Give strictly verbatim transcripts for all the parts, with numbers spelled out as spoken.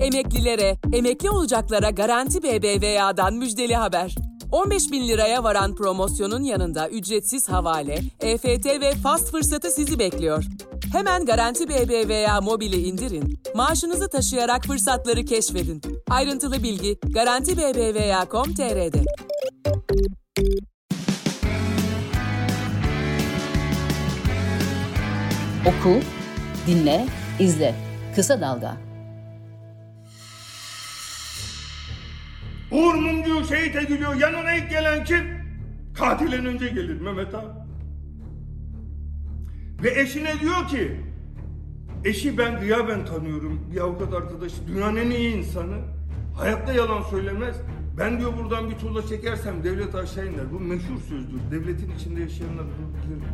Emeklilere, emekli olacaklara Garanti B B V A'dan müjdeli haber. on beş bin liraya varan promosyonun yanında ücretsiz havale, E F T ve fast fırsatı sizi bekliyor. Hemen Garanti B B V A mobili indirin, maaşınızı taşıyarak fırsatları keşfedin. Ayrıntılı bilgi garanti b b v a nokta com nokta t r'de. Oku, dinle, izle. Kısa Dalga. Uğur Mumcu şehit ediliyor. Yanına ilk gelen kim? Katilen önce gelir Mehmet abi. Ve eşine diyor ki, eşi ben gıyaben tanıyorum. Bir avukat arkadaşı, dünyanın en iyi insanı. Hayatta yalan söylemez. Ben diyor buradan bir tuğla çekersem devlet aşağı iner. Bu meşhur sözdür. Devletin içinde yaşayanlar bunu bilir.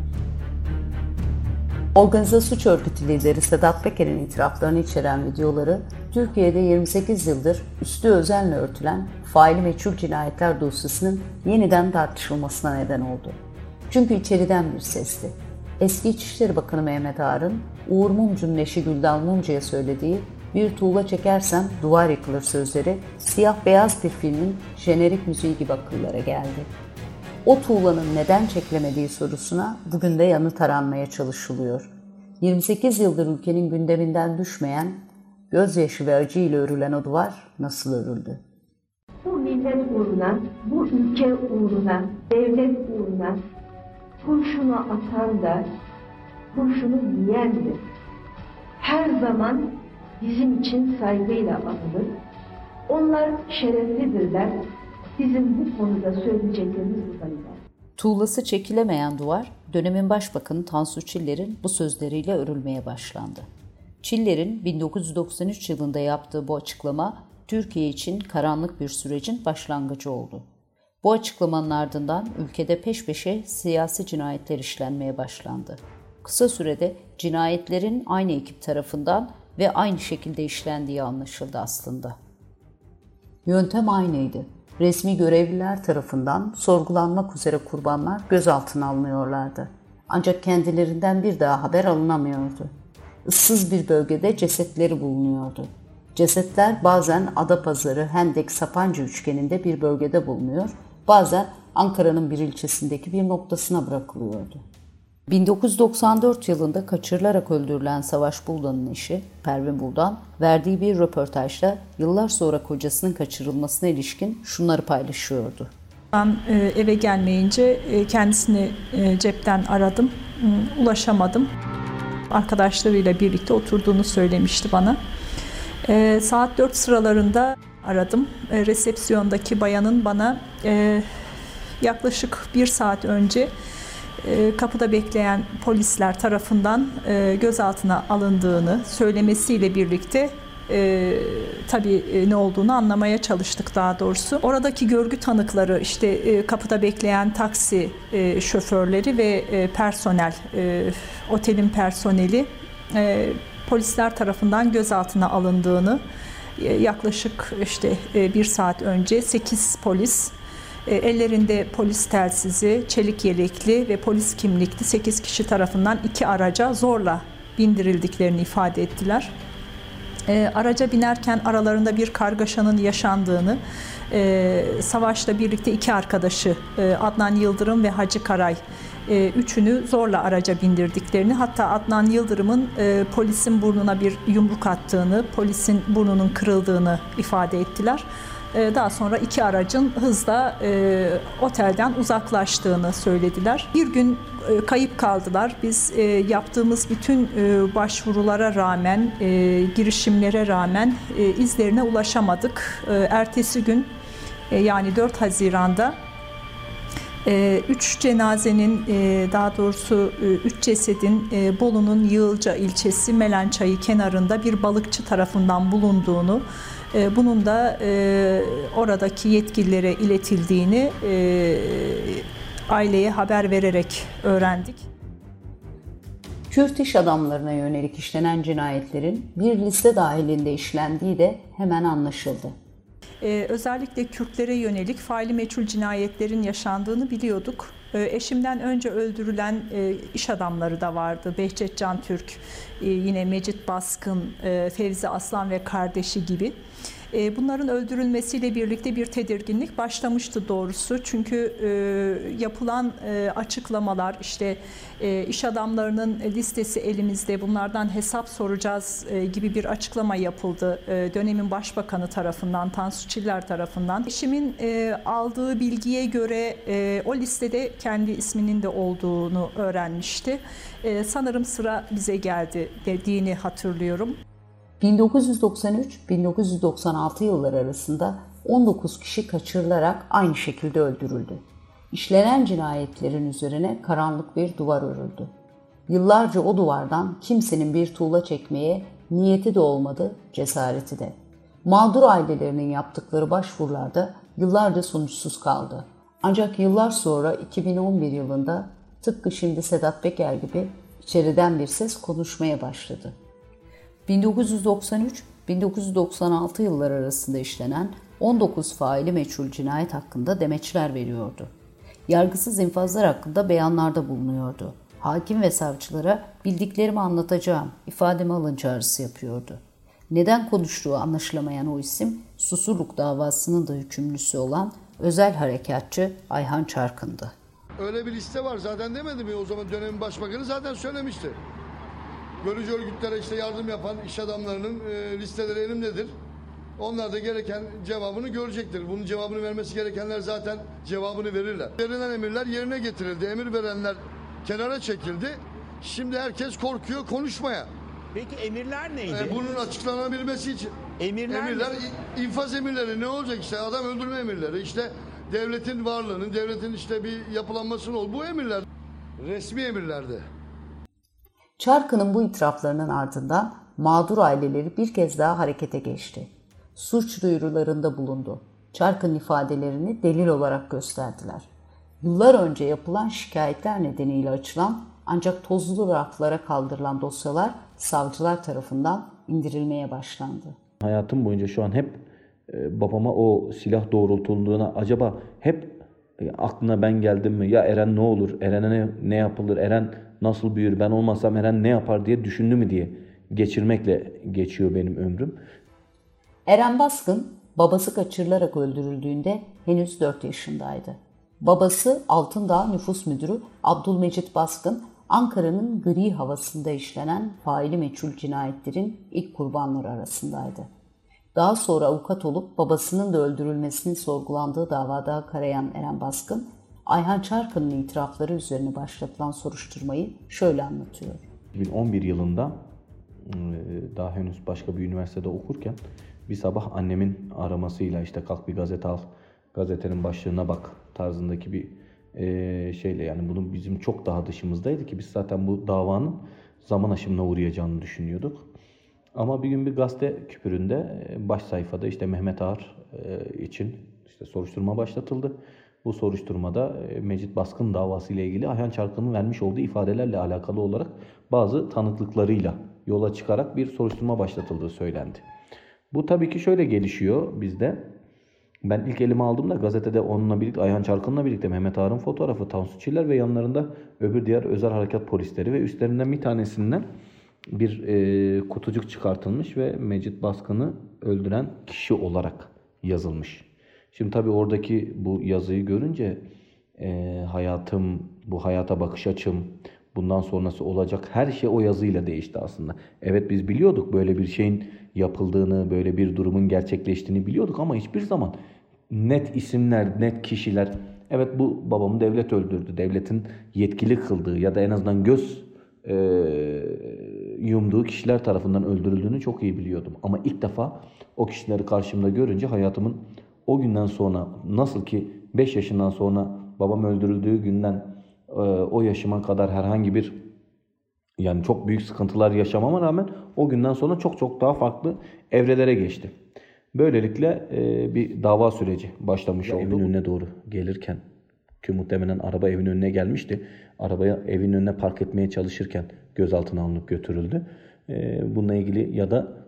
Organize suç örgütü lideri Sedat Peker'in itiraflarını içeren videoları, Türkiye'de yirmi sekiz yıldır üstü özenle örtülen faili meçhul cinayetler dosyasının yeniden tartışılmasına neden oldu. Çünkü içeriden bir sesti. Eski İçişleri Bakanı Mehmet Ağar'ın Uğur Mumcu'nun eşi Güldan Mumcu'ya söylediği "bir tuğla çekersem duvar yıkılır" sözleri siyah beyaz bir filmin jenerik müziği gibi akıllara geldi. O tuğlanın neden çekilemediği sorusuna bugün de yanıt aranmaya çalışılıyor. yirmi sekiz yıldır ülkenin gündeminden düşmeyen, gözyaşı ve acıyla örülen o duvar nasıl örüldü? Bu millet uğruna, bu ülke uğruna, devlet uğruna kurşunu atan da, kurşunu yiyen de her zaman bizim için saygıyla anılır. Onlar şereflidirler. Bizim bu konuda söyleyeceklerimiz bu kadar. Tuğlası çekilemeyen duvar, dönemin başbakanı Tansu Çiller'in bu sözleriyle örülmeye başlandı. Çiller'in bin dokuz yüz doksan üç yılında yaptığı bu açıklama, Türkiye için karanlık bir sürecin başlangıcı oldu. Bu açıklamanın ardından ülkede peş peşe siyasi cinayetler işlenmeye başlandı. Kısa sürede cinayetlerin aynı ekip tarafından ve aynı şekilde işlendiği anlaşıldı aslında. Yöntem aynıydı. Resmi görevliler tarafından sorgulanmak üzere kurbanlar gözaltına alınıyorlardı. Ancak kendilerinden bir daha haber alınamıyordu. Issız bir bölgede cesetleri bulunuyordu. Cesetler bazen Adapazarı, Hendek, Sapanca üçgeninde bir bölgede bulunuyor, bazen Ankara'nın bir ilçesindeki bir noktasına bırakılıyordu. bin dokuz yüz doksan dört yılında kaçırılarak öldürülen Savaş Buldan'ın eşi Pervin Buldan verdiği bir röportajda yıllar sonra kocasının kaçırılmasına ilişkin şunları paylaşıyordu. Ben eve gelmeyince kendisini cepten aradım, ulaşamadım. Arkadaşlarıyla birlikte oturduğunu söylemişti bana. Saat dört sıralarında aradım. Resepsiyondaki bayanın bana yaklaşık bir saat önce kapıda bekleyen polisler tarafından gözaltına alındığını söylemesiyle birlikte e, tabii ne olduğunu anlamaya çalıştık daha doğrusu. Oradaki görgü tanıkları, işte e, kapıda bekleyen taksi e, şoförleri ve e, personel, e, otelin personeli e, polisler tarafından gözaltına alındığını, e, yaklaşık işte e, bir saat önce sekiz polis, ellerinde polis telsizi, çelik yelekli ve polis kimlikli sekiz kişi tarafından iki araca zorla bindirildiklerini ifade ettiler. E, araca binerken aralarında bir kargaşanın yaşandığını, e, Savaş'la birlikte iki arkadaşı e, Adnan Yıldırım ve Hacı Karay, e, üçünü zorla araca bindirdiklerini, hatta Adnan Yıldırım'ın e, polisin burnuna bir yumruk attığını, polisin burnunun kırıldığını ifade ettiler. Daha sonra iki aracın hızla e, otelden uzaklaştığını söylediler. Bir gün e, kayıp kaldılar. Biz e, yaptığımız bütün e, başvurulara rağmen, e, girişimlere rağmen e, izlerine ulaşamadık. E, ertesi gün e, yani dört Haziran'da e, üç cenazenin, e, daha doğrusu e, üç cesedin e, Bolu'nun Yığılca ilçesi Melençayı kenarında bir balıkçı tarafından bulunduğunu, bunun da e, oradaki yetkililere iletildiğini e, aileye haber vererek öğrendik. Kürt iş adamlarına yönelik işlenen cinayetlerin bir liste dahilinde işlendiği de hemen anlaşıldı. Ee, özellikle Kürtlere yönelik faili meçhul cinayetlerin yaşandığını biliyorduk. Eşimden önce öldürülen iş adamları da vardı. Behçet Cantürk, yine Mecit Baskın, Fevzi Aslan ve kardeşi gibi. Bunların öldürülmesiyle birlikte bir tedirginlik başlamıştı doğrusu. Çünkü yapılan açıklamalar, işte iş adamlarının listesi elimizde, bunlardan hesap soracağız gibi bir açıklama yapıldı dönemin başbakanı tarafından, Tansu Çiller tarafından. Eşimin aldığı bilgiye göre o listede kendi isminin de olduğunu öğrenmişti. Sanırım sıra bize geldi dediğini hatırlıyorum. bin dokuz yüz doksan üç - bin dokuz yüz doksan altı yılları arasında on dokuz kişi kaçırılarak aynı şekilde öldürüldü. İşlenen cinayetlerin üzerine karanlık bir duvar örüldü. Yıllarca o duvardan kimsenin bir tuğla çekmeye niyeti de olmadı, cesareti de. Mağdur ailelerinin yaptıkları başvurularda yıllarca sonuçsuz kaldı. Ancak yıllar sonra iki bin on bir yılında tıpkı şimdi Sedat Peker gibi içeriden bir ses konuşmaya başladı. bin dokuz yüz doksan üç - bin dokuz yüz doksan altı yılları arasında işlenen on dokuz faili meçhul cinayet hakkında demeçler veriyordu. Yargısız infazlar hakkında beyanlarda bulunuyordu. Hakim ve savcılara bildiklerimi anlatacağım, ifademi alın çağrısı yapıyordu. Neden konuştuğu anlaşılamayan o isim, Susurluk davasının da hükümlüsü olan özel harekatçı Ayhan Çarkın'dı. Öyle bir liste var zaten demedi mi? O zaman dönemin başbakanı zaten söylemişti. Bölücü örgütlere işte yardım yapan iş adamlarının e, listeleri elimdedir. Onlar da gereken cevabını görecektir. Bunun cevabını vermesi gerekenler zaten cevabını verirler. Verilen emirler yerine getirildi. Emir verenler kenara çekildi. Şimdi herkes korkuyor konuşmaya. Peki emirler neydi? E, bunun açıklanabilmesi için. Emirler, emirler infaz emirleri ne olacak işte, adam öldürme emirleri, işte devletin varlığının, devletin işte bir yapılanmasının ol. Bu emirler resmi emirlerdi. Çarkı'nın bu itiraflarının ardından mağdur aileleri bir kez daha harekete geçti. Suç duyurularında bulundu. Çarkı'nın ifadelerini delil olarak gösterdiler. Yıllar önce yapılan şikayetler nedeniyle açılan ancak tozlu raflara kaldırılan dosyalar savcılar tarafından indirilmeye başlandı. Hayatım boyunca şu an hep e, babama o silah doğrultulduğuna acaba hep e, aklına ben geldim mi? Ya Eren ne olur? Eren'e ne, ne yapılır? Eren nasıl büyür? Ben olmasam Eren ne yapar diye düşündü mü diye geçirmekle geçiyor benim ömrüm. Eren Baskın babası kaçırılarak öldürüldüğünde henüz dört yaşındaydı. Babası Altındağ Nüfus Müdürü Abdülmecit Baskın, Ankara'nın gri havasında işlenen faili meçhul cinayetlerin ilk kurbanları arasındaydı. Daha sonra avukat olup babasının da öldürülmesinin sorgulandığı davada karayan Eren Baskın, Ayhan Çarkı'nın itirafları üzerine başlatılan soruşturmayı şöyle anlatıyor. iki bin on bir yılında daha henüz başka bir üniversitede okurken bir sabah annemin aramasıyla işte kalk bir gazete al, gazetenin başlığına bak tarzındaki bir e, şeyle, yani bunun bizim çok daha dışımızdaydı ki biz zaten bu davanın zaman aşımına uğrayacağını düşünüyorduk. Ama bir gün bir gazete küpüründe baş sayfada işte Mehmet Ağar için işte soruşturma başlatıldı. Bu soruşturmada Mecit Baskın davası ile ilgili Ayhan Çarkı'nın vermiş olduğu ifadelerle alakalı olarak bazı tanıklıklarıyla yola çıkarak bir soruşturma başlatıldığı söylendi. Bu tabii ki şöyle gelişiyor bizde. Ben ilk elime aldığımda gazetede onunla birlikte, Ayhan Çarkın'la birlikte Mehmet Ağar'ın fotoğrafı, Tansu Çiller ve yanlarında öbür diğer özel harekat polisleri ve üstlerinden bir tanesinden bir e, kutucuk çıkartılmış ve Mecit Baskın'ı öldüren kişi olarak yazılmış. Şimdi tabii oradaki bu yazıyı görünce e, hayatım, bu hayata bakış açım, bundan sonrası olacak her şey o yazıyla değişti aslında. Evet, biz biliyorduk böyle bir şeyin yapıldığını, böyle bir durumun gerçekleştiğini biliyorduk ama hiçbir zaman net isimler, net kişiler, evet bu babamı devlet öldürdü, devletin yetkili kıldığı ya da en azından göz e, yumduğu kişiler tarafından öldürüldüğünü çok iyi biliyordum. Ama ilk defa o kişileri karşımda görünce hayatımın o günden sonra, nasıl ki beş yaşından sonra babam öldürüldüğü günden e, o yaşıma kadar herhangi bir, yani çok büyük sıkıntılar yaşamama rağmen o günden sonra çok çok daha farklı evrelere geçti. Böylelikle e, bir dava süreci başlamış oldu. Evin önüne doğru gelirken, ki muhtemelen araba evin önüne gelmişti. Arabaya evin önüne park etmeye çalışırken gözaltına alınıp götürüldü. E, bununla ilgili ya da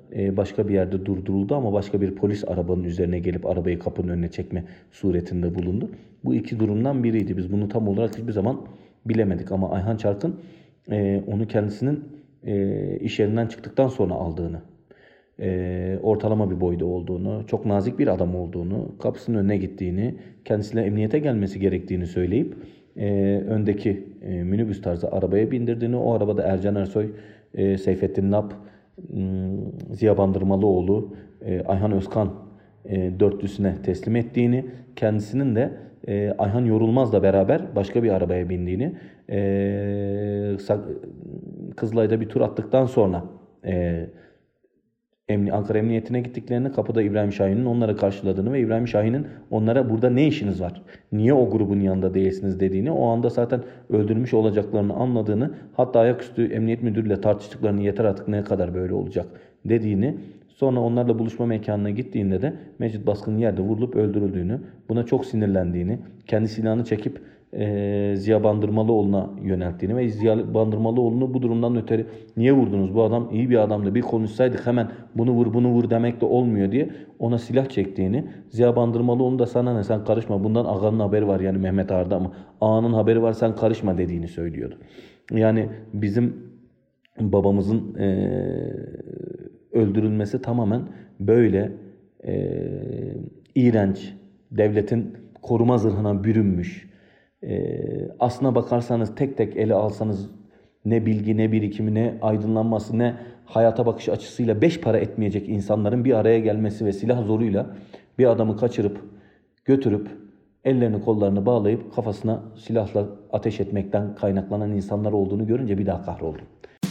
e, başka bir yerde durduruldu ama başka bir polis arabanın üzerine gelip arabayı kapının önüne çekme suretinde bulundu. Bu iki durumdan biriydi. Biz bunu tam olarak hiçbir zaman bilemedik ama Ayhan Çark'ın e, onu kendisinin e, iş yerinden çıktıktan sonra aldığını, e, ortalama bir boyda olduğunu, çok nazik bir adam olduğunu, kapısının önüne gittiğini, kendisine emniyete gelmesi gerektiğini söyleyip e, öndeki e, minibüs tarzı arabaya bindirdiğini, o arabada Ercan Ersoy, e, Seyfettin Lap, Ziya Bandırmalıoğlu, e, Ayhan Özkan e, dörtlüsüne teslim ettiğini, kendisinin de e, Ayhan Yorulmaz'la beraber başka bir arabaya bindiğini, e, Kızılay'da bir tur attıktan sonra e, Emni, Ankara Emniyetine gittiklerini, kapıda İbrahim Şahin'in onları karşıladığını ve İbrahim Şahin'in onlara burada ne işiniz var, niye o grubun yanında değilsiniz dediğini, o anda zaten öldürmüş olacaklarını anladığını, hatta ayaküstü emniyet müdürüyle tartıştıklarını, yeter artık ne kadar böyle olacak dediğini, sonra onlarla buluşma mekanına gittiğinde de Mecit Baskın'ın yerde vurulup öldürüldüğünü, buna çok sinirlendiğini, kendi silahını çekip e, Ziya Bandırmalıoğlu'na yönelttiğini ve Ziya Bandırmalıoğlu'nu bu durumdan ötürü niye vurdunuz, bu adam iyi bir adamdı, bir konuşsaydık hemen bunu vur bunu vur demek de olmuyor diye ona silah çektiğini, Ziya Bandırmalıoğlu da sana ne, sen karışma, bundan ağanın haberi var, yani Mehmet Ağar'da, ama ağanın haberi var, sen karışma dediğini söylüyordu. Yani bizim babamızın e, öldürülmesi tamamen böyle e, iğrenç, devletin koruma zırhına bürünmüş, e, aslına bakarsanız tek tek ele alsanız ne bilgi, ne birikimi, ne aydınlanması, ne hayata bakış açısıyla beş para etmeyecek insanların bir araya gelmesi ve silah zoruyla bir adamı kaçırıp götürüp ellerini kollarını bağlayıp kafasına silahla ateş etmekten kaynaklanan insanlar olduğunu görünce bir daha kahroldum.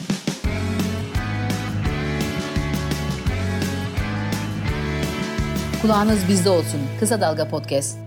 Kulağınız bizde olsun. Kısa Dalga Podcast.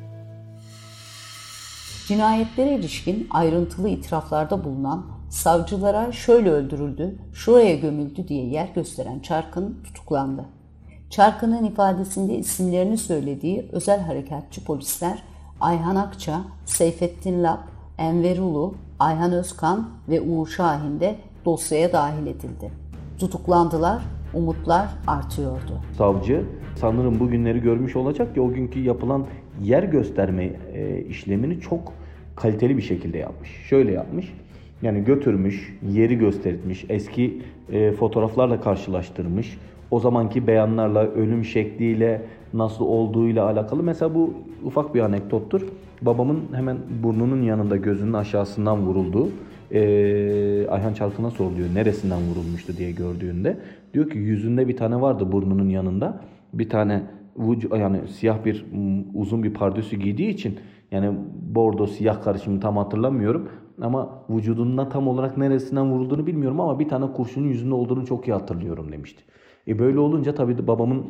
Cinayetlere ilişkin ayrıntılı itiraflarda bulunan, savcılara şöyle öldürüldü, şuraya gömüldü diye yer gösteren Çarkın tutuklandı. Çarkın'ın ifadesinde isimlerini söylediği özel harekatçı polisler Ayhan Akça, Seyfettin Lap, Enver Ulu, Ayhan Özkan ve Uğur Şahin de dosyaya dahil edildi. Tutuklandılar, umutlar artıyordu. Savcı sanırım bu günleri görmüş olacak ki o günkü yapılan yer gösterme e, işlemini çok kaliteli bir şekilde yapmış. Şöyle yapmış, yani götürmüş, yeri göstermiş, eski e, fotoğraflarla karşılaştırmış, o zamanki beyanlarla, ölüm şekliyle, nasıl olduğuyla alakalı. Mesela bu ufak bir anekdottur. Babamın hemen burnunun yanında, gözünün aşağısından vurulduğu, Ee, Ayhan Çarkın'a soruluyor neresinden vurulmuştu diye gördüğünde. Diyor ki yüzünde bir tane vardı burnunun yanında. Bir tane yani siyah bir uzun bir pardösü giydiği için, yani bordo siyah karışımı tam hatırlamıyorum. Ama vücudundan tam olarak neresinden vurulduğunu bilmiyorum ama bir tane kurşunun yüzünde olduğunu çok iyi hatırlıyorum demişti. E böyle olunca tabii babamın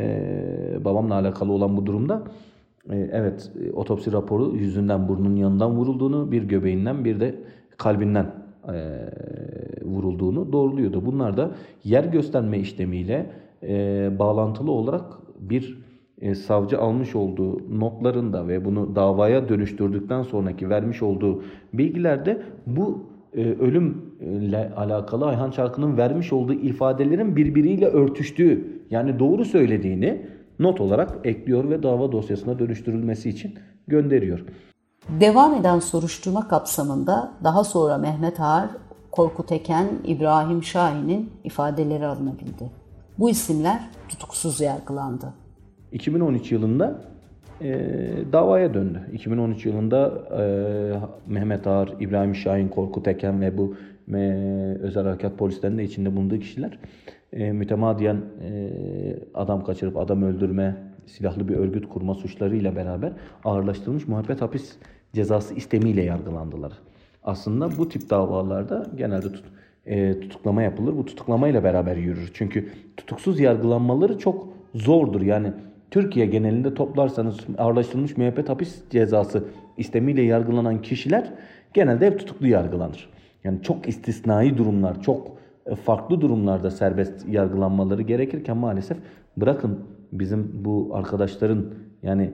e, babamla alakalı olan bu durumda e, evet otopsi raporu yüzünden, burnunun yanından vurulduğunu, bir göbeğinden bir de kalbinden e, vurulduğunu doğruluyordu. Bunlar da yer gösterme işlemiyle e, bağlantılı olarak bir e, savcı almış olduğu notlarında ve bunu davaya dönüştürdükten sonraki vermiş olduğu bilgilerde bu e, ölümle alakalı Ayhan Çarkın'ın vermiş olduğu ifadelerin birbiriyle örtüştüğü, yani doğru söylediğini not olarak ekliyor ve dava dosyasına dönüştürülmesi için gönderiyor. Devam eden soruşturma kapsamında daha sonra Mehmet Ağar, Korkut Eken, İbrahim Şahin'in ifadeleri alınabildi. Bu isimler tutuksuz yargılandı. iki bin on üç yılında e, davaya döndü. iki bin on üç yılında e, Mehmet Ağar, İbrahim Şahin, Korkut Eken ve bu e, özel harekat polislerinin de içinde bulunduğu kişiler e, mütemadiyen e, adam kaçırıp adam öldürme, silahlı bir örgüt kurma suçlarıyla beraber ağırlaştırılmış müebbet hapis cezası istemiyle yargılandılar. Aslında bu tip davalarda genelde tut, e, tutuklama yapılır. Bu tutuklamayla beraber yürür. Çünkü tutuksuz yargılanmaları çok zordur. Yani Türkiye genelinde toplarsanız ağırlaştırılmış müebbet hapis cezası istemiyle yargılanan kişiler genelde hep tutuklu yargılanır. Yani çok istisnai durumlar, çok farklı durumlarda serbest yargılanmaları gerekirken maalesef bırakın bizim bu arkadaşların, yani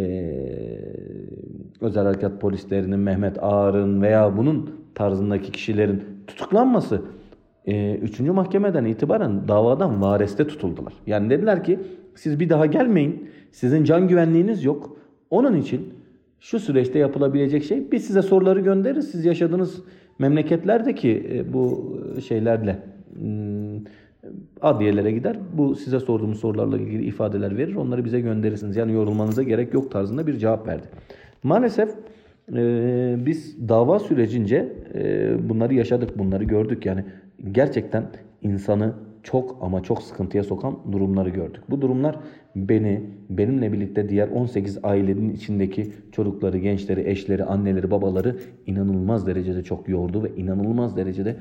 Ee, özel harekat polislerinin, Mehmet Ağar'ın veya bunun tarzındaki kişilerin tutuklanması e, üçüncü mahkemeden itibaren davadan vareste tutuldular. Yani dediler ki siz bir daha gelmeyin, sizin can güvenliğiniz yok. Onun için şu süreçte yapılabilecek şey, biz size soruları göndeririz. Siz yaşadığınız memleketlerdeki e, bu şeylerle hmm, adliyelere gider. Bu size sorduğumuz sorularla ilgili ifadeler verir. Onları bize gönderirsiniz. Yani yorulmanıza gerek yok tarzında bir cevap verdi. Maalesef e, biz dava sürecince e, bunları yaşadık, bunları gördük. Yani gerçekten insanı çok ama çok sıkıntıya sokan durumları gördük. Bu durumlar beni, benimle birlikte diğer on sekiz ailenin içindeki çocukları, gençleri, eşleri, anneleri, babaları inanılmaz derecede çok yordu ve inanılmaz derecede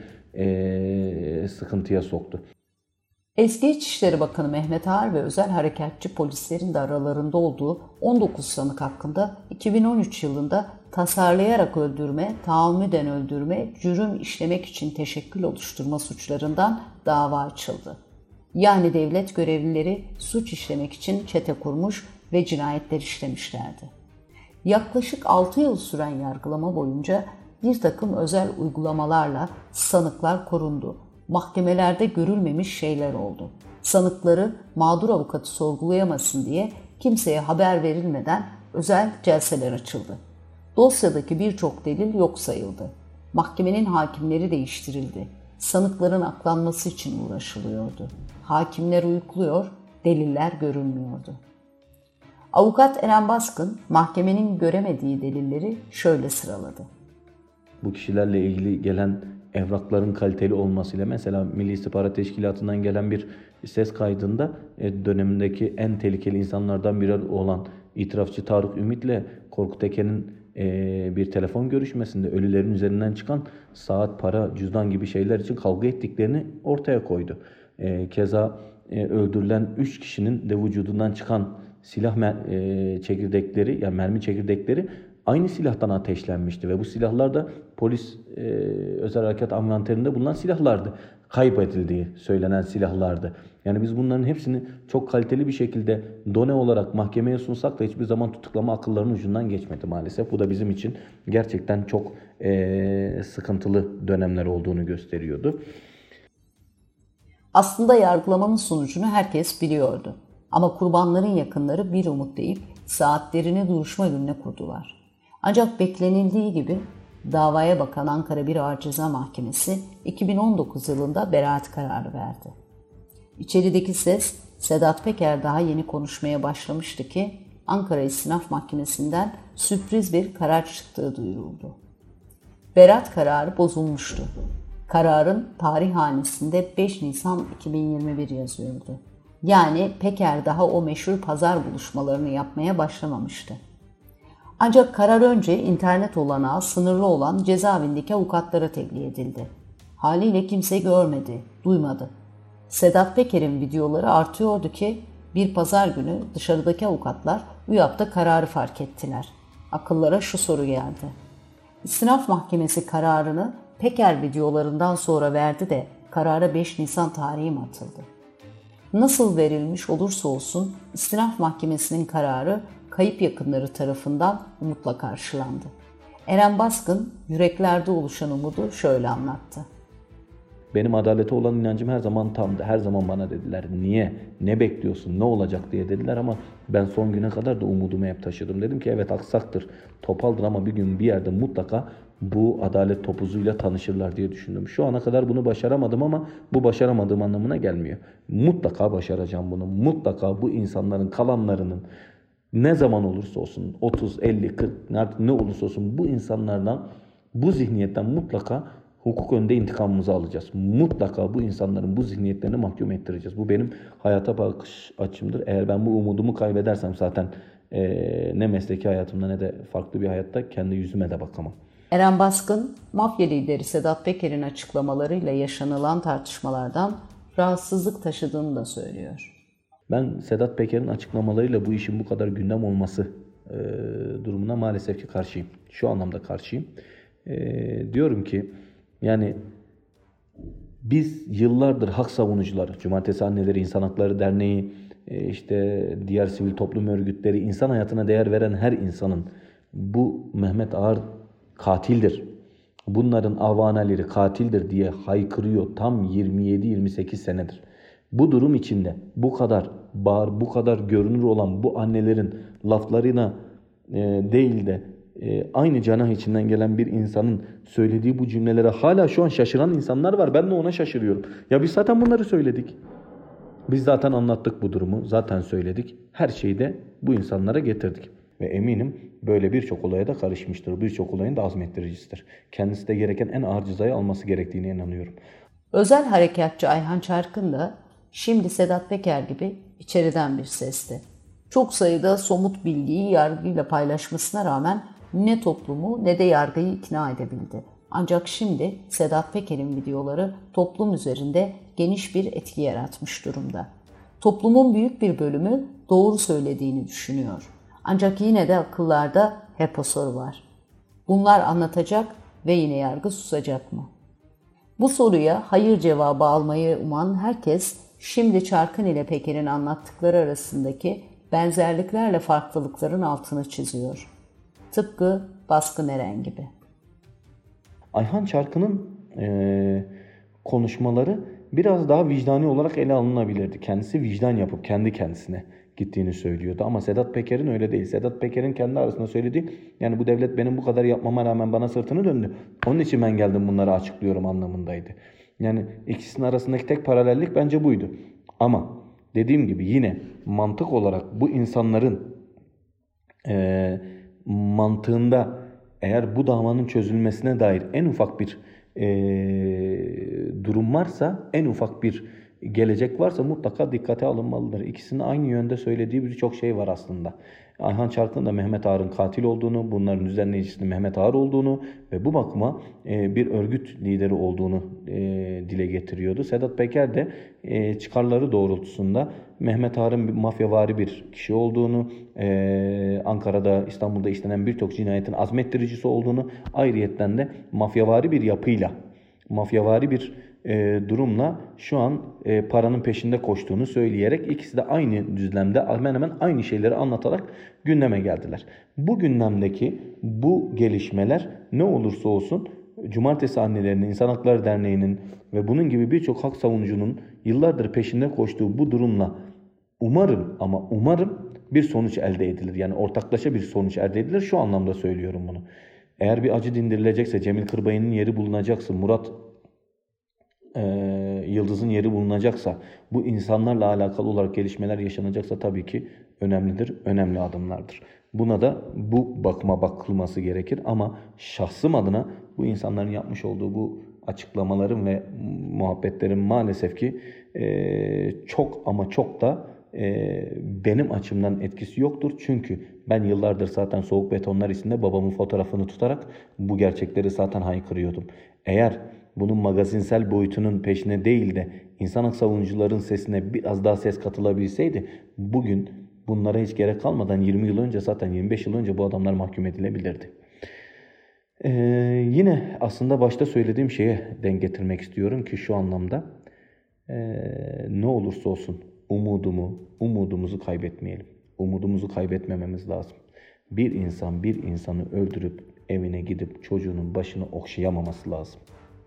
e, sıkıntıya soktu. Eski İçişleri Bakanı Mehmet Ağar ve özel harekatçı polislerin de aralarında olduğu on dokuz sanık hakkında iki bin on üç yılında tasarlayarak öldürme, tahammüden öldürme, cürüm işlemek için teşekkül oluşturma suçlarından dava açıldı. Yani devlet görevlileri suç işlemek için çete kurmuş ve cinayetler işlemişlerdi. Yaklaşık altı yıl süren yargılama boyunca bir takım özel uygulamalarla sanıklar korundu. Mahkemelerde görülmemiş şeyler oldu. Sanıkları mağdur avukatı sorgulayamasın diye kimseye haber verilmeden özel celseler açıldı. Dosyadaki birçok delil yok sayıldı. Mahkemenin hakimleri değiştirildi. Sanıkların aklanması için uğraşılıyordu. Hakimler uyukluyor, deliller görünmüyordu. Avukat Eren Baskın mahkemenin göremediği delilleri şöyle sıraladı. Bu kişilerle ilgili gelen evrakların kaliteli olmasıyla, mesela Milli İstihbarat Teşkilatı'ndan gelen bir ses kaydında dönemindeki en tehlikeli insanlardan biri olan itirafçı Tarık Ümit'le Korkut Eken'in bir telefon görüşmesinde ölülerin üzerinden çıkan saat, para, cüzdan gibi şeyler için kavga ettiklerini ortaya koydu. Keza öldürülen üç kişinin de vücudundan çıkan silah çekirdekleri, yani mermi çekirdekleri aynı silahtan ateşlenmişti ve bu silahlar da polis e, özel harekat envanterinde bulunan silahlardı. Kaybedildiği söylenen silahlardı. Yani biz bunların hepsini çok kaliteli bir şekilde done olarak mahkemeye sunsak da hiçbir zaman tutuklama akıllarının ucundan geçmedi maalesef. Bu da bizim için gerçekten çok e, sıkıntılı dönemler olduğunu gösteriyordu. Aslında yargılamanın sonucunu herkes biliyordu. Ama kurbanların yakınları bir umut deyip saatlerini duruşma gününe kurdular. Ancak beklenildiği gibi davaya bakan Ankara bir Ağır Ceza Mahkemesi iki bin on dokuz yılında beraat kararı verdi. İçerideki ses, Sedat Peker daha yeni konuşmaya başlamıştı ki Ankara İstinaf Mahkemesi'nden sürpriz bir karar çıktığı duyuruldu. Beraat kararı bozulmuştu. Kararın tarihhanesinde beş Nisan iki bin yirmi bir yazıyordu. Yani Peker daha o meşhur pazar buluşmalarını yapmaya başlamamıştı. Ancak karar önce internet olanağı sınırlı olan cezaevindeki avukatlara tebliğ edildi. Haliyle kimse görmedi, duymadı. Sedat Peker'in videoları artıyordu ki bir pazar günü dışarıdaki avukatlar UYAP'ta kararı fark ettiler. Akıllara şu soru geldi. İstinaf Mahkemesi kararını Peker videolarından sonra verdi de karara beş Nisan tarihi mi atıldı? Nasıl verilmiş olursa olsun İstinaf Mahkemesi'nin kararı kayıp yakınları tarafından umutla karşılandı. Eren Baskın yüreklerde oluşan umudu şöyle anlattı. Benim adalete olan inancım her zaman tamdı. Her zaman bana dediler niye, ne bekliyorsun, ne olacak diye dediler ama ben son güne kadar da umudumu hep taşıdım. Dedim ki evet aksaktır, topaldır ama bir gün bir yerde mutlaka bu adalet topuzuyla tanışırlar diye düşündüm. Şu ana kadar bunu başaramadım ama bu başaramadığım anlamına gelmiyor. Mutlaka başaracağım bunu. Mutlaka bu insanların kalanlarının ne zaman olursa olsun otuz, elli, kırk artık ne olursa olsun bu insanlardan, bu zihniyetten mutlaka hukuk önünde intikamımızı alacağız. Mutlaka bu insanların bu zihniyetlerini mahkum ettireceğiz. Bu benim hayata bakış açımdır. Eğer ben bu umudumu kaybedersem zaten e, ne mesleki hayatımda ne de farklı bir hayatta kendi yüzüme de bakamam. Eren Baskın, mafya lideri Sedat Peker'in açıklamalarıyla yaşanılan tartışmalardan rahatsızlık taşıdığını da söylüyor. Ben Sedat Peker'in açıklamalarıyla bu işin bu kadar gündem olması e, durumuna maalesef ki karşıyım. Şu anlamda karşıyım. E, diyorum ki yani biz yıllardır hak savunucuları, Cumartesi Anneleri, İnsan Hakları Derneği, e, işte diğer sivil toplum örgütleri, insan hayatına değer veren her insanın bu Mehmet Ağar katildir, bunların avaneleri katildir diye haykırıyor tam yirmi yedi yirmi sekiz senedir. Bu durum içinde bu kadar bağır, bu kadar görünür olan bu annelerin laflarına e, değil de e, aynı canah içinden gelen bir insanın söylediği bu cümlelere hala şu an şaşıran insanlar var. Ben de ona şaşırıyorum. Ya biz zaten bunları söyledik. Biz zaten anlattık bu durumu. Zaten söyledik. Her şeyi de bu insanlara getirdik. Ve eminim böyle birçok olaya da karışmıştır. Birçok olayın da azmettiricisidir. Kendisi de gereken en ağır cezayı alması gerektiğine inanıyorum. Özel harekatçı Ayhan Çarkın da şimdi Sedat Peker gibi içeriden bir sesti. Çok sayıda somut bilgiyi yargıyla paylaşmasına rağmen ne toplumu ne de yargıyı ikna edebildi. Ancak şimdi Sedat Peker'in videoları toplum üzerinde geniş bir etki yaratmış durumda. Toplumun büyük bir bölümü doğru söylediğini düşünüyor. Ancak yine de akıllarda hep o soru var. Bunlar anlatacak ve yine yargı susacak mı? Bu soruya hayır cevabı almayı uman herkes şimdi Çarkın ile Peker'in anlattıkları arasındaki benzerliklerle farklılıkların altını çiziyor. Tıpkı Baskın Eren gibi. Ayhan Çarkın'ın e, konuşmaları biraz daha vicdani olarak ele alınabilirdi. Kendisi vicdan yapıp kendi kendisine gittiğini söylüyordu. Ama Sedat Peker'in öyle değil. Sedat Peker'in kendi arasında söylediği, yani bu devlet benim bu kadar yapmama rağmen bana sırtını döndü. Onun için ben geldim bunları açıklıyorum anlamındaydı. Yani ikisinin arasındaki tek paralellik bence buydu. Ama dediğim gibi yine mantık olarak bu insanların e, mantığında eğer bu davanın çözülmesine dair en ufak bir e, durum varsa, en ufak bir gelecek varsa mutlaka dikkate alınmalıdır. İkisinin aynı yönde söylediği birçok şey var aslında. Ayhan Çarkın da Mehmet Ağar'ın katil olduğunu, bunların düzenleyicisinin Mehmet Ağar olduğunu ve bu bakıma e, bir örgüt lideri olduğunu e, dile getiriyordu. Sedat Peker de e, çıkarları doğrultusunda Mehmet Ağar'ın bir mafyavari bir kişi olduğunu, e, Ankara'da, İstanbul'da işlenen birçok cinayetin azmettiricisi olduğunu, ayrıyetten de mafyavari bir yapıyla, mafyavari bir e, durumla şu an e, paranın peşinde koştuğunu söyleyerek ikisi de aynı düzlemde hemen hemen aynı şeyleri anlatarak gündeme geldiler. Bu gündemdeki bu gelişmeler ne olursa olsun Cumartesi Annelerinin, İnsan Hakları Derneği'nin ve bunun gibi birçok hak savunucunun yıllardır peşinde koştuğu bu durumla umarım ama umarım bir sonuç elde edilir. Yani ortaklaşa bir sonuç elde edilir. Şu anlamda söylüyorum bunu. Eğer bir acı dindirilecekse, Cemil Kırbayı'nın yeri bulunacaksa, Murat e, Yıldız'ın yeri bulunacaksa, bu insanlarla alakalı olarak gelişmeler yaşanacaksa tabii ki önemlidir, önemli adımlardır. Buna da bu bakıma bakılması gerekir ama şahsım adına bu insanların yapmış olduğu bu açıklamaların ve muhabbetlerin maalesef ki e, çok ama çok da e, benim açımdan etkisi yoktur. Çünkü ben yıllardır zaten Soğuk Betonlar içinde babamın fotoğrafını tutarak bu gerçekleri zaten haykırıyordum. Eğer bunun magazinsel boyutunun peşine değil de insan hak savunucuların sesine biraz daha ses katılabilseydi bugün bunlara hiç gerek kalmadan yirmi yıl önce, zaten yirmi beş yıl önce bu adamlar mahkum edilebilirdi. Ee, yine aslında başta söylediğim şeye denk getirmek istiyorum ki şu anlamda ee, ne olursa olsun umudumu, umudumuzu kaybetmeyelim. Umudumuzu kaybetmememiz lazım. Bir insan bir insanı öldürüp evine gidip çocuğunun başını okşayamaması lazım.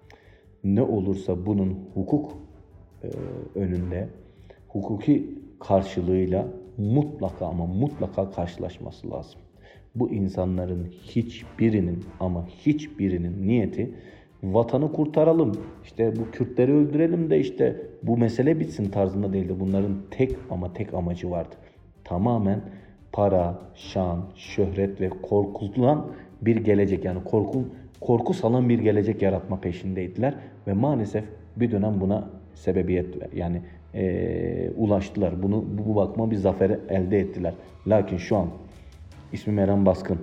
Ne olursa bunun hukuk e, önünde, hukuki karşılığıyla mutlaka ama mutlaka karşılaşması lazım. Bu insanların hiçbirinin ama hiçbirinin niyeti vatanı kurtaralım, işte bu Kürtleri öldürelim de işte bu mesele bitsin tarzında değildi. Bunların tek ama tek amacı vardı. Tamamen para, şan, şöhret ve korkulan bir gelecek, yani korku, korku salan bir gelecek yaratma peşindeydiler. Ve maalesef bir dönem buna sebebiyet yani e, ulaştılar. Bunu bu, bu bakıma bir zafer elde ettiler. Lakin şu an ismim Eren Baskın,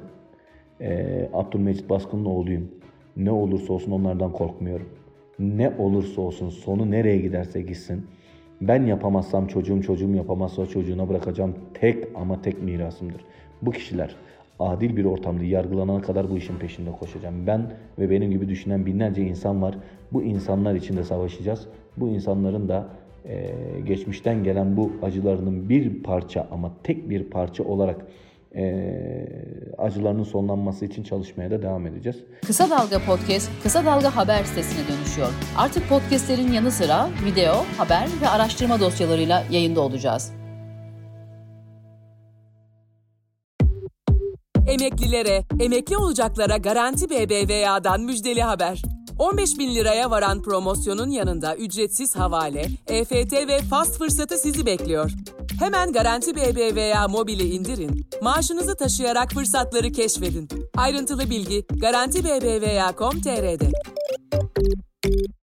e, Abdülmecit Baskın'ın oğluyum. Ne olursa olsun onlardan korkmuyorum. Ne olursa olsun sonu nereye giderse gitsin. Ben yapamazsam çocuğum, çocuğum yapamazsa çocuğuna bırakacağım tek ama tek mirasımdır. Bu kişiler adil bir ortamda yargılanana kadar bu işin peşinde koşacağım. Ben ve benim gibi düşünen binlerce insan var. Bu insanlar için de savaşacağız. Bu insanların da e, geçmişten gelen bu acılarının bir parça ama tek bir parça olarak e, acılarının sonlanması için çalışmaya da devam edeceğiz. Kısa Dalga Podcast, Kısa Dalga Haber sitesine dönüşüyor. Artık podcastlerin yanı sıra video, haber ve araştırma dosyalarıyla yayında olacağız. Emeklilere, emekli olacaklara Garanti B B V A'dan müjdeli haber. on beş bin liraya varan promosyonun yanında ücretsiz havale, E F T ve fast fırsatı sizi bekliyor. Hemen Garanti B B V A mobili indirin, maaşınızı taşıyarak fırsatları keşfedin. Ayrıntılı bilgi garanti b b v a nokta com nokta t r'de.